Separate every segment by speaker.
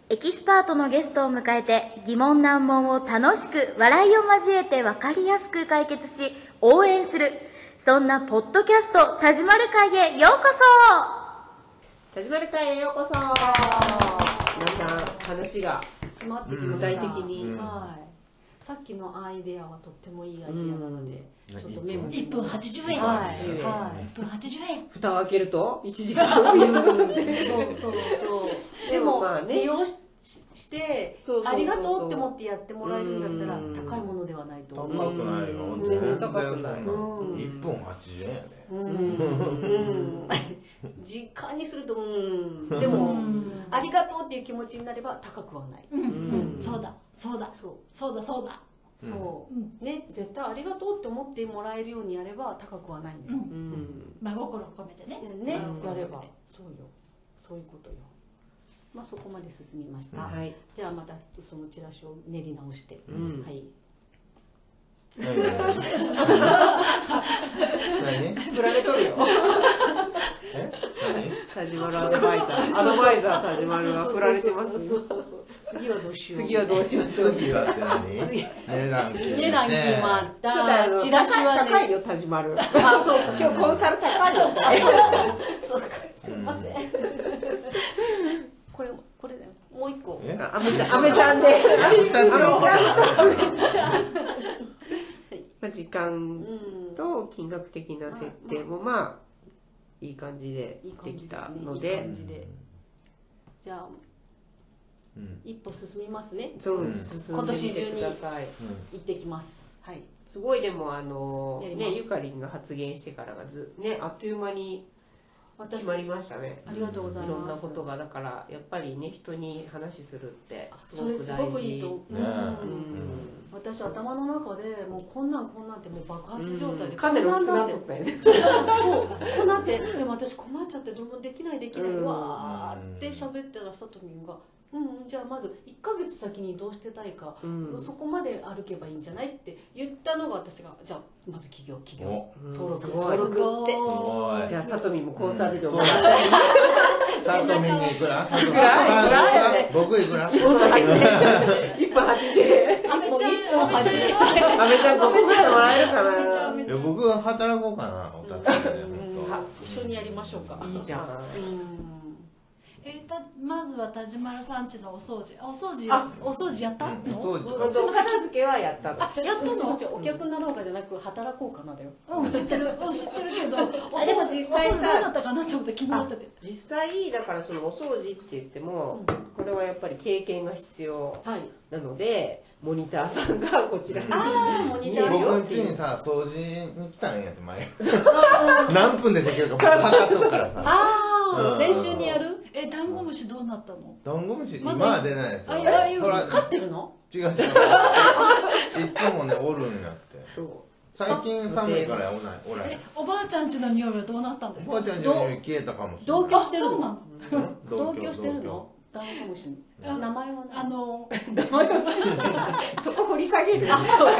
Speaker 1: エキスパートのゲストを迎えて疑問難問を楽しく笑いを交えて分かりやすく解決し応援する、そんなポッドキャスト田島る会へようこそ。
Speaker 2: 田島る会へようこそ。皆さん話が
Speaker 3: 詰まってきま
Speaker 2: 具
Speaker 3: した。
Speaker 2: 体的に、
Speaker 3: はい。さっきのアイデアはとってもいいアイデアなので、ちょっとメモ
Speaker 4: 1分80円。
Speaker 3: はいは
Speaker 4: 1分80円。
Speaker 2: 蓋を開けると1時間
Speaker 3: い。そう。でも
Speaker 2: まあね
Speaker 3: 利用してありがとうって思ってやってもらえるんだったら高いものではないと
Speaker 5: 高
Speaker 3: 思う。
Speaker 5: くないよ。
Speaker 2: 全然
Speaker 5: 高くない。
Speaker 3: うん
Speaker 5: 1分80円やで。
Speaker 3: 実感にするとでもありがとうっていう気持ちになれば高くはない。
Speaker 4: そうだ。
Speaker 3: そうね、絶対ありがとうって思ってもらえるようにやれば高くはないんだよ。
Speaker 4: 真心を込めてね。
Speaker 3: ね、やればそうよ、そういうことよ。まあそこまで進みました。
Speaker 2: はい。
Speaker 3: ではまたそのチラシを練り直して、はい。
Speaker 5: 何
Speaker 2: 振られとるよ。
Speaker 5: え
Speaker 2: 田島るアドバイザー田島るが振られてます。
Speaker 3: そう。次はどうしよう。
Speaker 2: 次はどうしましょう。
Speaker 5: 次はって何？値段決めて。
Speaker 3: 値段決まっ
Speaker 2: ちょっと
Speaker 3: た。チラシはね。
Speaker 2: 高いよ田島る。
Speaker 3: あ、そうか。
Speaker 2: 今日コンサル高いよ。
Speaker 3: そうか。すいません。これだよ。もう一個。
Speaker 2: アメちゃんで。時間と金額的な設定もまあいい感じでできたので、
Speaker 3: じゃあ一歩進みますね。
Speaker 2: 今
Speaker 3: 今年中に行ってきます。はい。
Speaker 2: すごいでもねゆかりんが発言してからがあっという間に決まりましたね。
Speaker 3: ありがとうございます。
Speaker 2: いろんなことがだからやっぱりね人に話するってす
Speaker 3: それす
Speaker 2: ごく大
Speaker 3: ごくいいと
Speaker 2: 事。
Speaker 3: 思う。私頭の中でもうこんなんってもう爆発状態で
Speaker 2: かなり大きくなっとったよね。
Speaker 3: そうこうなってでも私困っちゃってどうもできないわーって喋ったらさとみんがじゃあまず1ヶ月先にどうしてたいか、そこまで歩けばいいんじゃないって言ったのが私がじゃあまず企業登録って
Speaker 2: じゃあさとみんもコンサル料も
Speaker 5: さとみにいくら？僕いくら？
Speaker 2: 1分80円。
Speaker 4: アメちゃん
Speaker 2: アメちゃん5分もらえるかな。
Speaker 5: 僕は働こうかな。おたすで
Speaker 3: 一緒にやりましょうか。
Speaker 2: いいじゃん。
Speaker 4: まずは田島るさんちのお掃除やったの？
Speaker 5: そう
Speaker 2: お片付けはやったの。
Speaker 3: やったの？お客になろうかじゃなく働こうかなだよ。
Speaker 4: 知ってるけど、
Speaker 2: でも実際さ
Speaker 4: どうだったかなと思って気になってて。
Speaker 2: 実際だからそのお掃除って言ってもこれはやっぱり経験が必要なのでモニターさんがこちらに
Speaker 5: 僕ん家にさ掃除に来たんやって前何分でできるか測っとくからさ。
Speaker 3: 練習にやる？
Speaker 4: ダンゴムシどうなったの？
Speaker 5: ダンゴムシ今は出ないですよ。
Speaker 3: ほら飼ってるの？
Speaker 5: 違う。いつもねおるんやって。最近寒いからおらへん。
Speaker 4: おばあちゃん家の匂いはどうなったんですか？
Speaker 5: おばあちゃんの匂い消えたかもしれない。
Speaker 3: 同居してるの？
Speaker 4: そうなの？
Speaker 3: 同居してるの？ダンゴムシ。名前は
Speaker 2: そこ掘り下げる。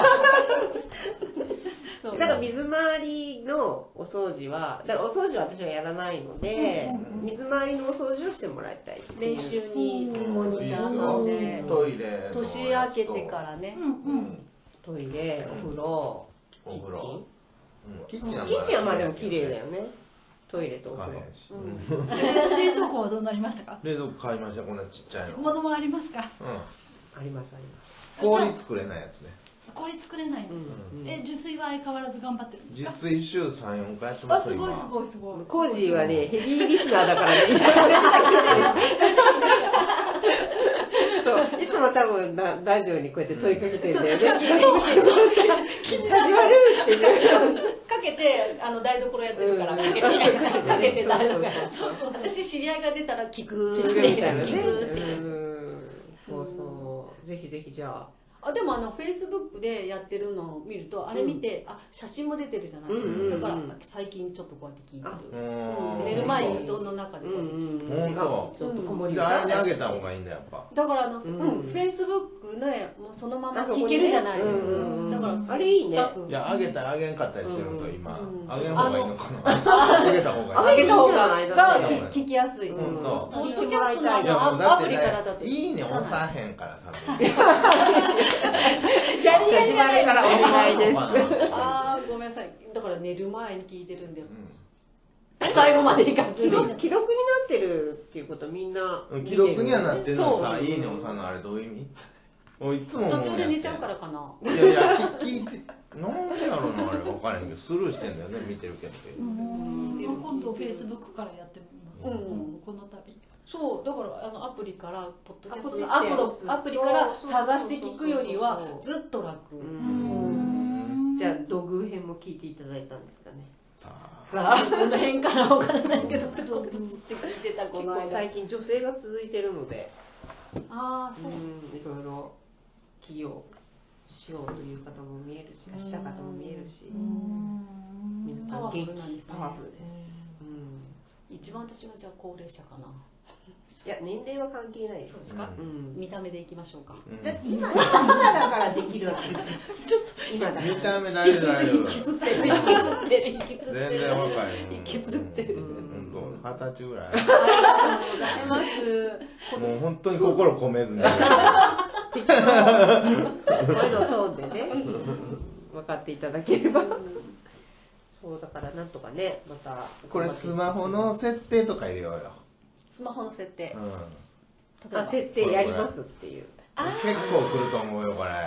Speaker 3: そうか。
Speaker 2: だから水回りのお掃除はだからお掃除は私はやらないので水回りのお掃除をしてもらいたい。
Speaker 3: 練習にモニターさんで
Speaker 5: トイレ
Speaker 3: 年明けてからね。
Speaker 2: トイレ、お風呂、キッチンはまあでも綺麗だよね。トイレとお風呂。
Speaker 4: 冷蔵庫はどうなりましたか？
Speaker 5: 冷蔵庫買いました。こんなちっちゃいの。
Speaker 4: ものもありますか？
Speaker 2: ありますあります。
Speaker 5: 氷作れないやつね。
Speaker 4: 氷作れないの？自炊は相変わらず頑張ってるんですか？
Speaker 5: 自炊週3、4回やってます。
Speaker 4: すごい。
Speaker 2: コージーはねヘビーリスナーだからね。そういつも多分ラジオにこうやって問いかけてるんだよね。始まるって
Speaker 3: かけて台所やってるからかけて私知り合いが出たら聞く
Speaker 2: みたいなね。そうぜひぜひじゃあ
Speaker 3: でもフェイスブックでやってるのを見るとあれ見て、写真も出てるじゃない、だから最近ちょっとこうやって聞いてる、寝る前に布団の中でこうやって聞いてる、
Speaker 2: ちょっとこもりが
Speaker 5: あれにあげた方がいいんだやっぱ。
Speaker 3: だからフェイスブックねもうそのまま聞けるじゃないです、だから
Speaker 2: あれいいね。
Speaker 5: いやあげたらあげんかったりしてると今あげん方がいいのかな。あげた方がいい。
Speaker 3: あげた方が聞きやすい。ポッドキャストのアプリからだと
Speaker 5: いいね押さへんから多分。
Speaker 2: 始まるからお願いです。
Speaker 3: ごめんなさい。だから寝る前に聞いてるんだよ。最後までいかずに。
Speaker 2: 既読になってるっていうことみんな。
Speaker 5: 既読にはなってるのさ、いいね押さんのあれどういう意味？もういつも
Speaker 3: 途中で寝ちゃうからかな。
Speaker 5: いやいや聞いてなんでやろうなあれ分からへんけどスルーしてんだよね見てるけど。
Speaker 4: 今度フェイスブックからやってみます。この度。
Speaker 3: そうだからアプリからポッドキャストのアプリから探して聞くよりはずっと楽。
Speaker 2: じゃあ土偶編も聞いていただいたんですかね。
Speaker 3: さあこの辺から分からないけどちょっとずつって聞いてたこの間。
Speaker 2: 最近女性が続いてるので。
Speaker 3: そう。
Speaker 2: いろいろ起業しようという方も見えるし、した方も見えるし、皆さん元気なんですね。パワフルです。
Speaker 3: 一番私はじゃあ高齢者かな。
Speaker 2: いや年齢は関係ないです。
Speaker 3: そうですか。見た目でいきましょうか。
Speaker 2: 今だからできるわけです。ちょっと今だ。
Speaker 5: 見た目大丈夫。
Speaker 3: 引きずってる。
Speaker 5: 全然若い。
Speaker 3: 引きずってる。
Speaker 5: 20歳ぐらい。
Speaker 3: ありがとうございます。
Speaker 5: もう本当に心込めずに。
Speaker 2: 適当。声のトーンでね、分かっていただければ。そうだからなんとかね、また。
Speaker 5: これスマホの設定とか入れようよ。
Speaker 3: スマホの設定。
Speaker 2: 設定やりますっていう。
Speaker 5: 結構来ると思うよこれ。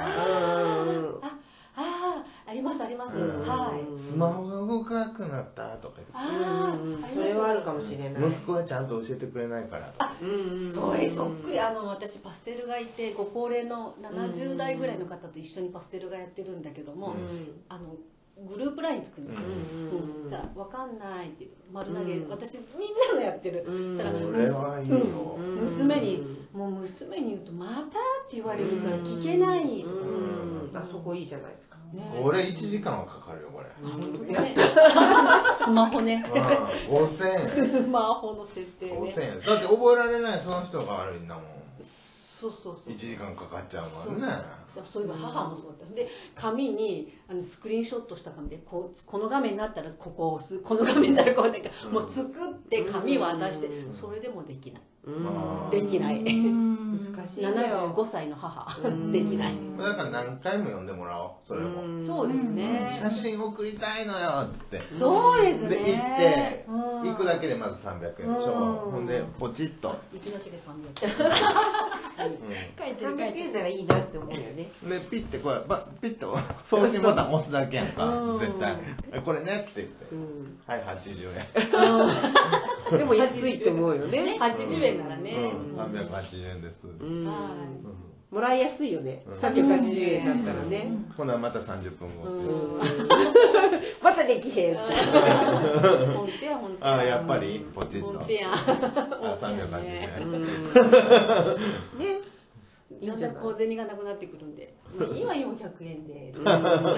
Speaker 3: ありますあります。はい。
Speaker 5: スマホが動かなくなったとか
Speaker 2: 言って。それはあるかもしれない。
Speaker 5: 息子がちゃんと教えてくれないからとか。
Speaker 3: それそっくり私パステルがいてご高齢の70代ぐらいの方と一緒にパステルがやってるんだけども、グループライン作るんですよ。たら分かんないって丸投げ私みんなのやってる。たら娘に言うとまたって言われるから聞けないとかね。
Speaker 2: そこいいじゃないですか。
Speaker 5: 俺1時間はかかるよこれ。
Speaker 3: スマホね。
Speaker 5: 5000円。
Speaker 3: スマホの設定ね。
Speaker 5: 5000円。だって覚えられないその人が悪いんだもん。
Speaker 3: そう
Speaker 5: 1時間かかっちゃうもんね。
Speaker 3: そういえば母もそうだったで紙にスクリーンショットした紙でこの画面になったらここを押すこの画面になるこうでもう作って紙渡してそれでもできないできない難しい75歳の母できない
Speaker 5: だから何回も読んでもらおうそれも
Speaker 3: そうですね
Speaker 5: 写真送りたいのよって
Speaker 3: そうですね
Speaker 5: で行くだけでまず300円でしょほんでポチッと
Speaker 3: 行くだけで300円
Speaker 2: 300円ならいいなって思うよね
Speaker 5: でピッてこうピッて送信ボタン押すだけやんか絶対これねって言ってはい80円
Speaker 2: でも安いと思うよね
Speaker 3: 80円ならね
Speaker 5: 380円です
Speaker 2: もらいやすいよね380円だったらね
Speaker 5: ほなまた30分後
Speaker 2: またできへん
Speaker 3: ほんとやほんと
Speaker 5: ややっぱりポチッと
Speaker 3: ほんとや
Speaker 5: 380円
Speaker 3: ねだんだん小銭がなくなってくるんで今400円で
Speaker 4: お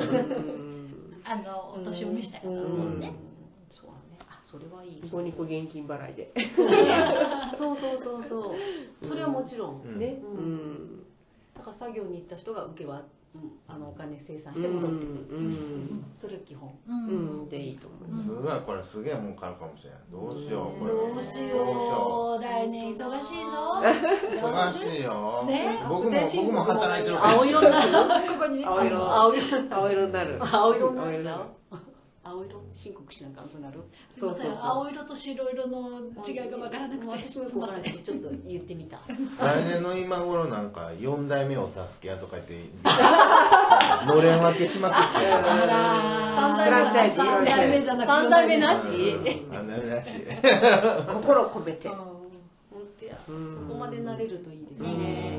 Speaker 4: 年を召したいからそうね
Speaker 3: そうねそれはいい
Speaker 2: ニコニコ現金払いで
Speaker 3: そうそれはもちろんねだから作業に行った人が受けはお金生産して戻ってくるそれは基本
Speaker 2: でいいと思います
Speaker 5: すごいこれすげえ儲かるかもしれないどうしようこれ
Speaker 4: どうしよう来年忙しいぞ
Speaker 5: 忙しいよ僕も働いてる
Speaker 3: 青色になる
Speaker 4: ここにね
Speaker 2: 青色になる
Speaker 3: 青色になっちゃう青色申告しなきゃなる
Speaker 4: すみません青色と白色の違いが分からなくて
Speaker 3: 私もよく分からなくてちょっと言ってみた
Speaker 5: 来年の今頃なんか4代目を助けやとか言ってのれん分けしまくって
Speaker 3: 3
Speaker 4: 代目じゃなくて
Speaker 3: 3代目なし
Speaker 5: 3代目なし
Speaker 2: 心込めて
Speaker 3: 本当やそこまでなれるといいですね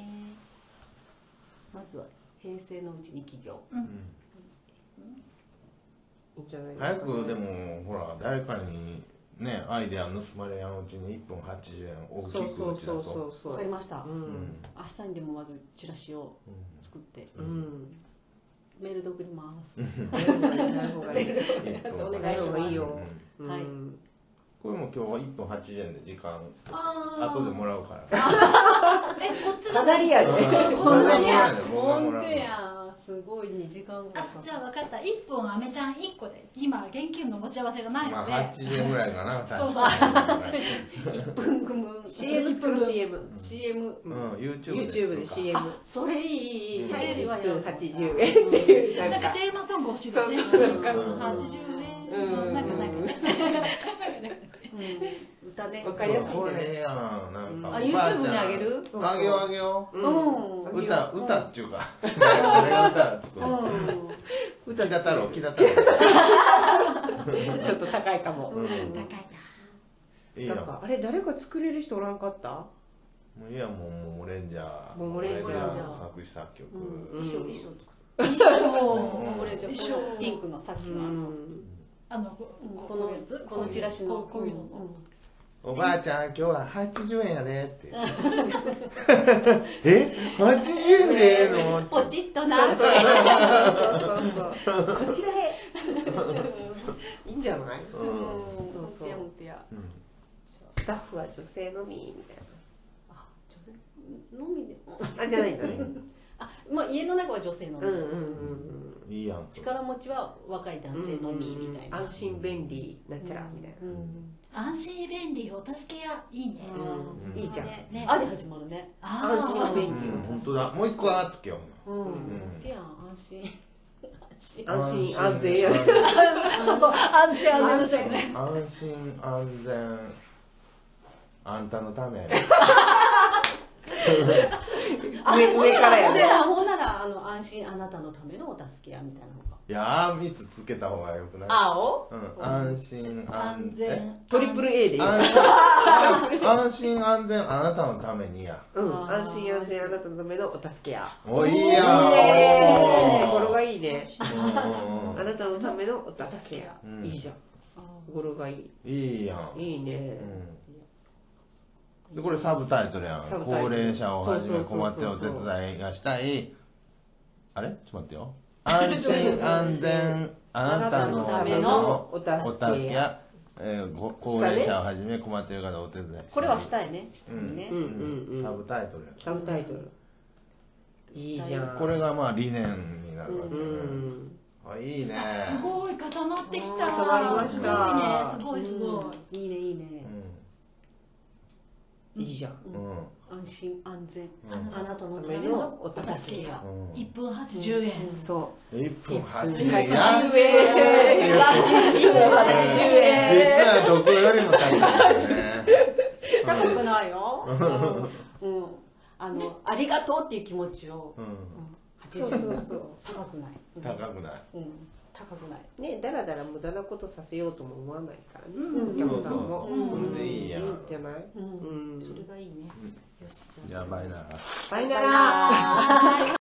Speaker 3: まずは平成のうちに起業
Speaker 5: 早くでもほら誰かにね、アイデア盗まれやんうちに1分80円大きく打ち出そう。
Speaker 3: わかりました。
Speaker 2: うん、
Speaker 3: 明日にでもまずチラシを作って、メールで送ります。
Speaker 2: なるほどね。
Speaker 3: お願いします。
Speaker 2: いいよ。
Speaker 3: はい。
Speaker 5: これも今日は1分80円で時間後でもらうから。
Speaker 4: こっち
Speaker 2: かなりやね。
Speaker 3: こんなにや。ほんとや。すごい2時間ぐらい。
Speaker 4: じゃあ分かった。1分あめちゃん1個で今現金の持ち合わせがないので。
Speaker 5: 80円ぐらいかな。
Speaker 4: そうそう。
Speaker 3: 1分組む。
Speaker 2: CM 作る CM。
Speaker 5: YouTube
Speaker 2: で CM。
Speaker 3: それいい。
Speaker 2: 1分80円っていう。
Speaker 4: なんかテーマソング欲しいですね。80円。なんかね。
Speaker 3: 歌ね。
Speaker 2: わかりやすい。
Speaker 5: これやん。なんか。
Speaker 3: YouTube にあげる？
Speaker 5: あげよう。歌っていうか。俺が歌作る。歌だったろ。ちょっ
Speaker 2: と高いかも。
Speaker 4: 高い
Speaker 5: な。
Speaker 2: なんかあれ誰か作れる人おらんかった？
Speaker 5: いやもうモモレンジャー。
Speaker 2: モモレンジャー
Speaker 5: 作詞作曲。
Speaker 3: 衣装。ピンクのさっきのこのチラシの
Speaker 5: おばあちゃん今日は80円やでってえ80円でええの
Speaker 3: ポチッとな
Speaker 2: そうこちらへいいんじゃない？スタッフは女性のみみたいな。
Speaker 3: あ、女性のみで
Speaker 2: じゃないんだね。
Speaker 3: まあ家の中は女性のみ。
Speaker 5: いいやん。
Speaker 3: 力持ちは若い男性のみみたいな。
Speaker 2: 安心便利なちゃらみたい
Speaker 4: な。安心便利お助けやいいね。
Speaker 2: いいじゃん。
Speaker 3: あで始まるね。
Speaker 2: 安心便利。
Speaker 5: 本当だ。もう一個あつけよう。
Speaker 3: 安心
Speaker 2: 安全や。
Speaker 4: そうそう安心安全ね。
Speaker 5: 安心安全あんたのため。
Speaker 2: 上からやね。
Speaker 3: ほんなら安心あなたのためのお助けやみたいなのが。
Speaker 5: いや3つつけた方がよくない？
Speaker 3: 青？
Speaker 5: 安心安全。
Speaker 2: トリプル A でいい。
Speaker 5: 安心安全あなたのためにや。
Speaker 2: 安心安全あなたのためのお助けや。
Speaker 5: おいいやん。
Speaker 2: 語呂がいいね。あなたのためのお助けや。いいじゃん。語呂がいい。
Speaker 5: いいやん。
Speaker 2: いいね。
Speaker 5: でこれサブタイトルやん。高齢者をはじめ困ってるお手伝いがしたい。あれちょっと待ってよ。安心安全あなたのためのお助けや。高齢者をはじめ困っている方お手伝い。
Speaker 3: これはしたいね。したいね。
Speaker 5: サブタイトルや。
Speaker 2: サブタイトル。いいじゃん。
Speaker 5: これがまあ理念になるわけね。あいいね。
Speaker 4: すごい固まってきた。
Speaker 2: 固まりました。
Speaker 4: すごいね。すごい。
Speaker 3: いいねいいね。
Speaker 2: いいじゃん。
Speaker 3: 安心安全あなたのためのお助けや。
Speaker 4: 1分80円。
Speaker 2: そう。
Speaker 5: 1分80円。
Speaker 2: 1分80
Speaker 5: 円。実はどこよりも高いですね。
Speaker 3: 高くないよ。ありがとうっていう気持ちを。80円。高くない。
Speaker 5: 高くない。
Speaker 3: 高くない。
Speaker 2: ね、だらだら無駄なことさせようとも思わないからね。お客さんも。
Speaker 5: それでいいやん。
Speaker 2: いいんじゃない？
Speaker 3: それがいいね。よし、
Speaker 5: じゃあバイナラ。
Speaker 2: バイナラ。